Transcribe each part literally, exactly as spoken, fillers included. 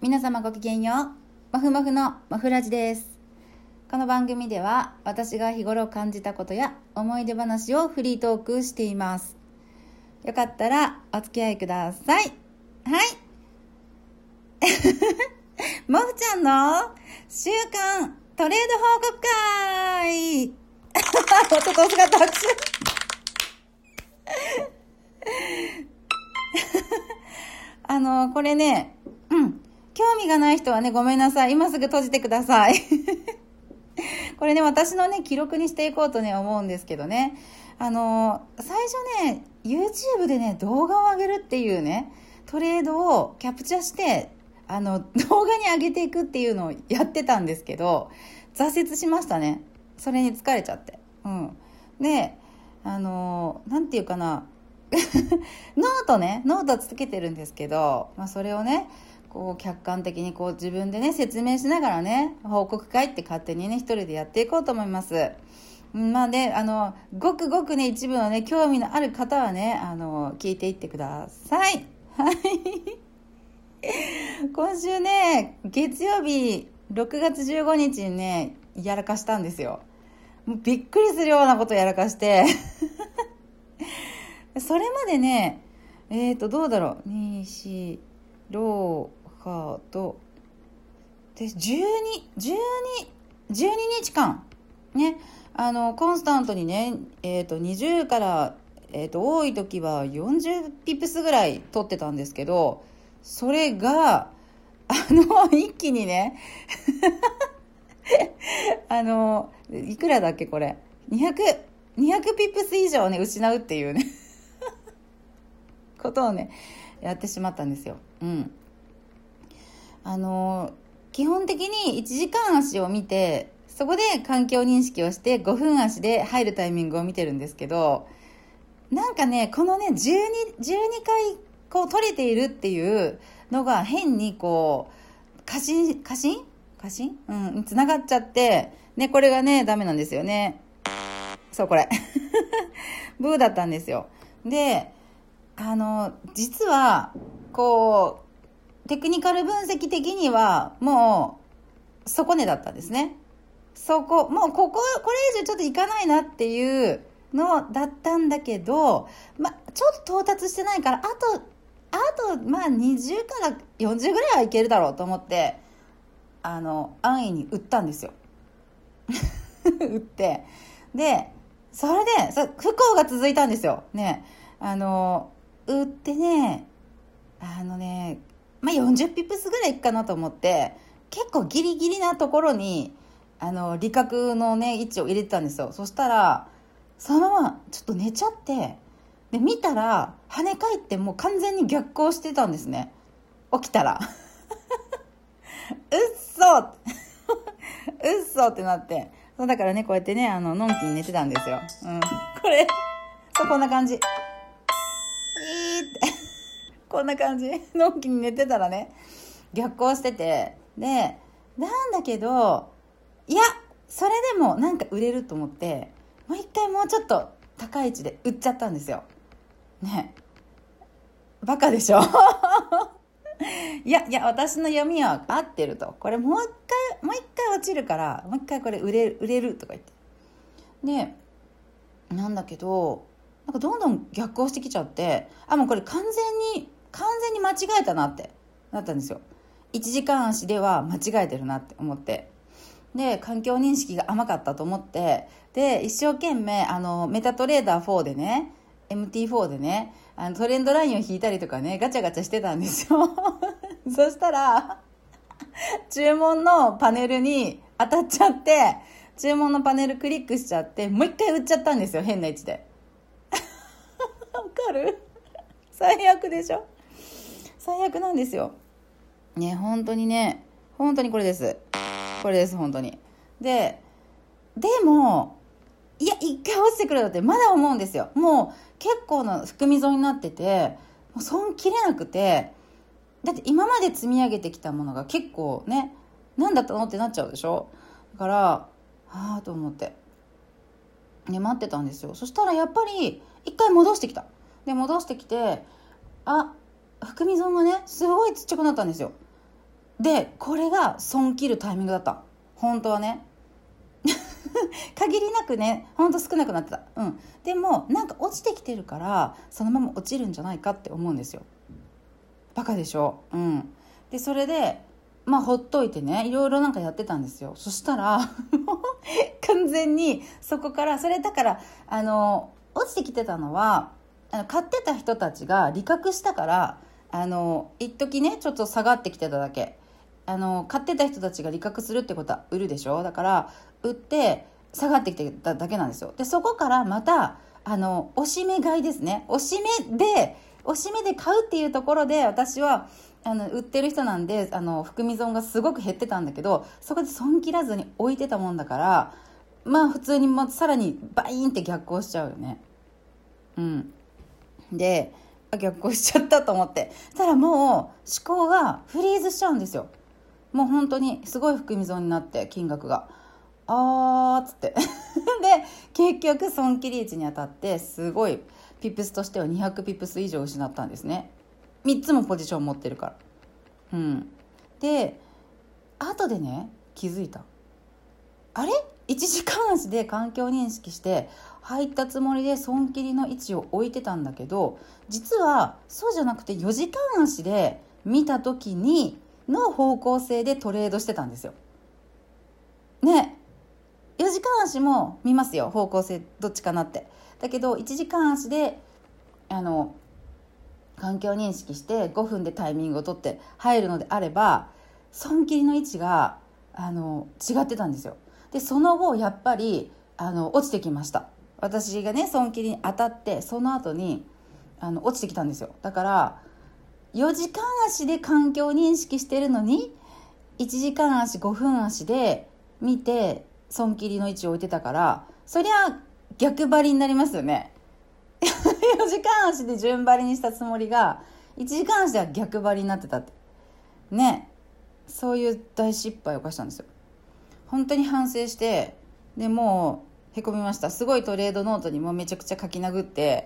皆様ごきげんよう。まふまふのまふラジです。この番組では私が日頃感じたことや思い出話をフリートークしています。よかったらお付き合いください。はいもふちゃんの週刊トレード報告会ちょっと遅かった拍手あのこれね、うん興味がない人はね、ごめんなさい。今すぐ閉じてください。これね、私のね、記録にしていこうとね、思うんですけどね。あの、最初ね、YouTube でね、動画を上げるっていうね、トレードをキャプチャして、あの、動画に上げていくっていうのをやってたんですけど、挫折しましたね。それに疲れちゃって。うん。で、あの、なんていうかな、ノートね、ノートつけてるんですけど、まあ、それをね、こう客観的にこう自分でね説明しながらね報告会って勝手にね一人でやっていこうと思います。まあね、あのごくごくね一部のね興味のある方はねあの聞いていってください。はい今週ね月曜日ろくがつじゅうごにちにねやらかしたんですよ。もうびっくりするようなことやらかしてそれまでねえーとどうだろうに、し、ろうカードでじゅうに、じゅうに、じゅうににちかんね、あのコンスタントにね、えーとにじゅうから、えーと多い時はよんじゅうピプスぐらい取ってたんですけど、それがあの一気にねあのいくらだっけこれにひゃく、にひゃくピプス以上ね失うっていうねことをねやってしまったんですよ。うんあの基本的にいちじかん足を見てそこで環境認識をしてごふん足で入るタイミングを見てるんですけど、なんかねこのねじゅうに、じゅうにかいこう取れているっていうのが変にこう過信過信過信うんつながっちゃってね、これがねダメなんですよね。そうこれブーだったんですよ。であの実はこうテクニカル分析的にはもう底値だったんですね。そこもうこここれ以上ちょっといかないなっていうのだったんだけど、まちょっと到達してないからあとあとまあにじゅうからよんじゅうぐらいはいけるだろうと思ってあの安易に売ったんですよ売ってでそれでそ不幸が続いたんですよね。あの売ってねあのねまあ、よんじゅうピプスぐらいいくかなと思って結構ギリギリなところにあの利確のね位置を入れてたんですよ。そしたらそのままちょっと寝ちゃってで見たら跳ね返ってもう完全に逆行してたんですね。起きたらうっそうっそってなってそうだからねこうやってねあののんきに寝てたんですよ。うん、これそうこんな感じいーってこんな感じのんきに寝てたらね逆行しててでなんだけどいやそれでもなんか売れると思ってもう一回もうちょっと高い位置で売っちゃったんですよね。バカでしょいやいや私の読みは合ってるとこれもう一回もう一回落ちるからもう一回これ売れる売れるとか言ってでなんだけどなんかどんどん逆行してきちゃってあもうこれ完全に完全に間違えたなってなったんですよ。いちじかん足では間違えてるなって思ってで環境認識が甘かったと思ってで一生懸命あのメタトレーダーフォーでね エムティーフォー でねあのトレンドラインを引いたりとかねガチャガチャしてたんですよそしたら注文のパネルに当たっちゃって注文のパネルクリックしちゃってもう一回売っちゃったんですよ変な位置でわかる最悪でしょ最悪なんですよね。本当にね本当にこれですこれです本当にででもいや一回落ちてくるだってまだ思うんですよ。もう結構な含み損になっててもう損切れなくてだって今まで積み上げてきたものが結構ね何だったのってなっちゃうでしょ。だからはあと思ってね待ってたんですよ。そしたらやっぱり一回戻してきた。で戻してきてあ含み損がねすごいちっちゃくなったんですよ。 でこれが損切るタイミングだった。本当はね限りなくね、ほんと少なくなってた。うん。でもなんか落ちてきてるからそのまま落ちるんじゃないかって思うんですよ。バカでしょ。うん。でそれでまあほっといてね、いろいろなんかやってたんですよ。そしたら完全にそこから、それだからあの落ちてきてたのは、あの買ってた人たちが利確したから、あの一時ねちょっと下がってきてただけ。あの買ってた人たちが利確するってことは売るでしょ。だから売って下がってきてただけなんですよ。でそこからまたあの押し目買いですね。押し目で押し目で買うっていうところで、私はあの売ってる人なんで、あの含み損がすごく減ってたんだけど、そこで損切らずに置いてたもんだから、まあ普通にまさらにバインって逆行しちゃうよね。うんで逆行しちゃったと思って、ただもう思考がフリーズしちゃうんですよ。もう本当にすごい含み損になって、金額があーっつってで結局損切り位置に当たってすごいピップスとしてはにひゃくピップス以上失ったんですね。みっつもポジション持ってるから。うんで後でね気づいた。あれいちじかん足で環境認識して入ったつもりで損切りの位置を置いてたんだけど、実はそうじゃなくてよじかん足で見た時にの方向性でトレードしてたんですよね。よじかん足も見ますよ、方向性どっちかなって。だけどいちじかん足であの環境認識してごふんでタイミングを取って入るのであれば、損切りの位置があの違ってたんですよ。でその後やっぱりあの落ちてきました。私がね損切りに当たってその後にあの落ちてきたんですよ。だからよじかん足で環境認識してるのにいちじかん足ごふん足で見て損切りの位置を置いてたから、そりゃ逆張りになりますよねよじかん足で順張りにしたつもりがいちじかん足では逆張りになってたってね。そういう大失敗を犯したんですよ。本当に反省して、でもうへこみました。すごいトレードノートにもめちゃくちゃ書き殴って、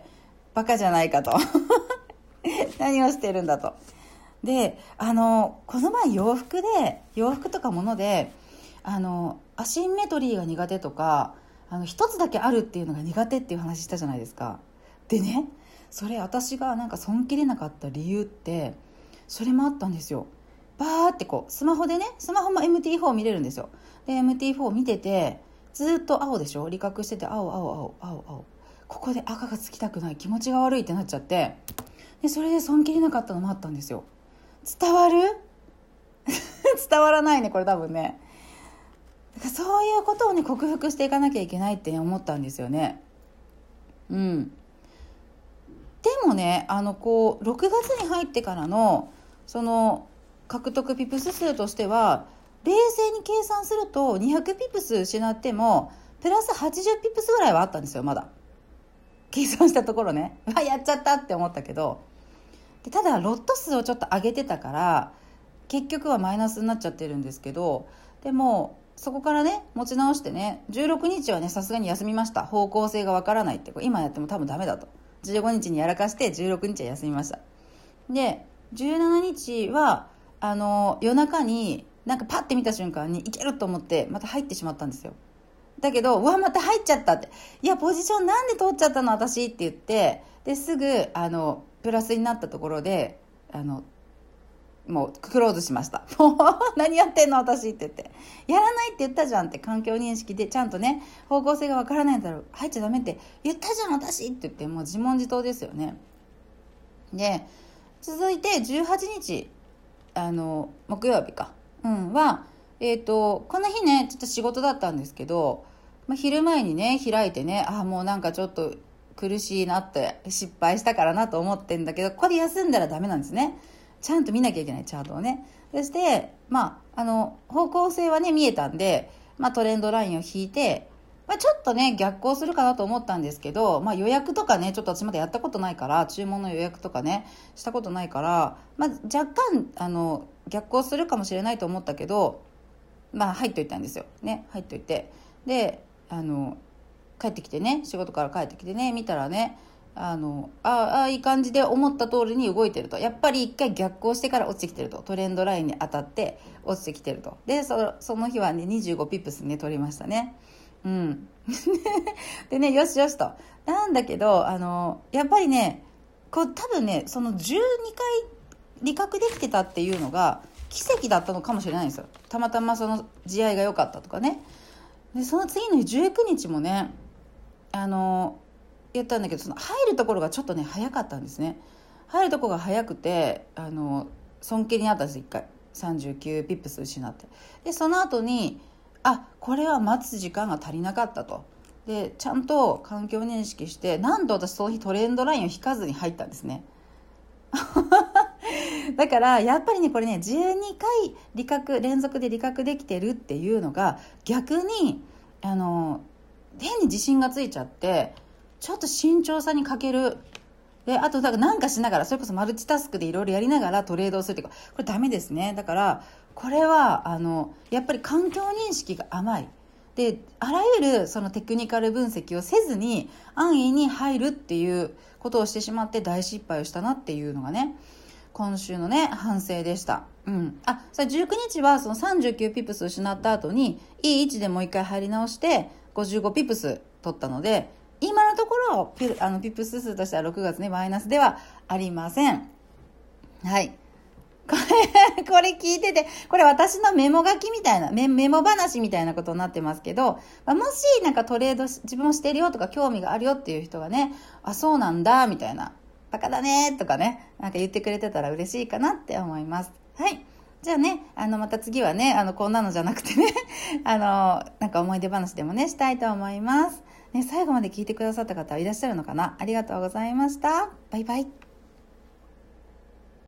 バカじゃないかと何をしてるんだと。であのこの前洋服で洋服とか物であのアシンメトリーが苦手とか、あの一つだけあるっていうのが苦手っていう話したじゃないですか。でね、それ私がなんか損切れなかった理由ってそれもあったんですよ。バーってこうスマホでね、スマホも エムティーフォー 見れるんですよ。で エムティーフォー 見ててずっと青でしょ、利確してて青青青青青、ここで赤がつきたくない、気持ちが悪いってなっちゃって、でそれで損切れなかったのもあったんですよ。伝わる伝わらないねこれ多分ね。だからそういうことをね克服していかなきゃいけないって思ったんですよね。うんでもね、あのこうろくがつに入ってからのその獲得ピプス数としては、冷静に計算するとにひゃくピプス失ってもプラスはちじゅうピプスぐらいはあったんですよ。まだ計算したところね、あやっちゃったって思ったけど、でただロット数をちょっと上げてたから結局はマイナスになっちゃってるんですけど、でもそこからね持ち直してね、じゅうろくにちはねさすがに休みました。方向性がわからないって、これ今やっても多分ダメだと、じゅうごにちにやらかしてじゅうろくにちは休みました。でじゅうしちにちはあの夜中になんかパッて見た瞬間にいけると思ってまた入ってしまったんですよ。だけどうわまた入っちゃったって、いやポジションなんで取っちゃったの私って言って、ですぐあのプラスになったところであのもうクローズしました。もう何やってんの私って言って、やらないって言ったじゃんって、環境認識でちゃんとね方向性がわからないんだろう、入っちゃダメって言ったじゃん私って言って、もう自問自答ですよね。で続いてじゅうはちにちあの木曜日か、うん、はえっとこの日ねちょっと仕事だったんですけど、まあ、昼前にね開いてね、あもうなんかちょっと苦しいなって失敗したからなと思ってんだけど、ここで休んだらダメなんですね。ちゃんと見なきゃいけないチャートをね。そしてまああの方向性はね見えたんで、まあ、トレンドラインを引いて、まあ、ちょっとね逆行するかなと思ったんですけど、まあ、予約とかねちょっと私まだやったことないから、注文の予約とかねしたことないから、まあ、若干あの逆行するかもしれないと思ったけど、まあ入っといたんですよね。入っといて、であの帰ってきてね、仕事から帰ってきてね見たらね、 あのああいい感じで思った通りに動いてると、やっぱり一回逆行してから落ちてきてると、トレンドラインに当たって落ちてきてると。で そ, その日はねにじゅうごピップスね取りましたね。うんでね、よしよしと。なんだけどあのやっぱりね、こう多分ねそのじゅうにかい利確できてたっていうのが奇跡だったのかもしれないんですよ。たまたまその地合いが良かったとかね。でその次の日じゅうくにちもね、あの言ったんだけど、その入るところがちょっとね早かったんですね。入るところが早くて、あの損切りにあったんです。いっかいさんじゅうきゅうピップス失って、でその後にあこれは待つ時間が足りなかったと。でちゃんと環境認識して、なんと私その日トレンドラインを引かずに入ったんですねだからやっぱりねこれねじゅうにかい利確連続で利確できてるっていうのが逆にあの変に自信がついちゃって、ちょっと慎重さに欠ける。であとだからなんかしながら、それこそマルチタスクでいろいろやりながらトレードをするっていうか、これダメですね。だからこれはあのやっぱり環境認識が甘いで、あらゆるそのテクニカル分析をせずに安易に入るっていうことをしてしまって大失敗をしたなっていうのがね今週のね反省でした。うん、あそれじゅうくにちはそのさんじゅうきゅうピップス失った後にいい位置でもう一回入り直してごじゅうごピップス取ったので、今のところピあのピップス数としてはろくがつねマイナスではありません。はい、これこれ聞いてて、これ私のメモ書きみたいな メ, メモ話みたいなことになってますけど、まあ、もしなんかトレード自分もしてるよとか興味があるよっていう人がね、あそうなんだみたいな、バカだねとかね、なんか言ってくれてたら嬉しいかなって思います。はい、じゃあね、あのまた次はね、あのこんなのじゃなくてねあのなんか思い出話でもねしたいと思いますね。最後まで聞いてくださった方はいらっしゃるのかな。ありがとうございました。バイバイ。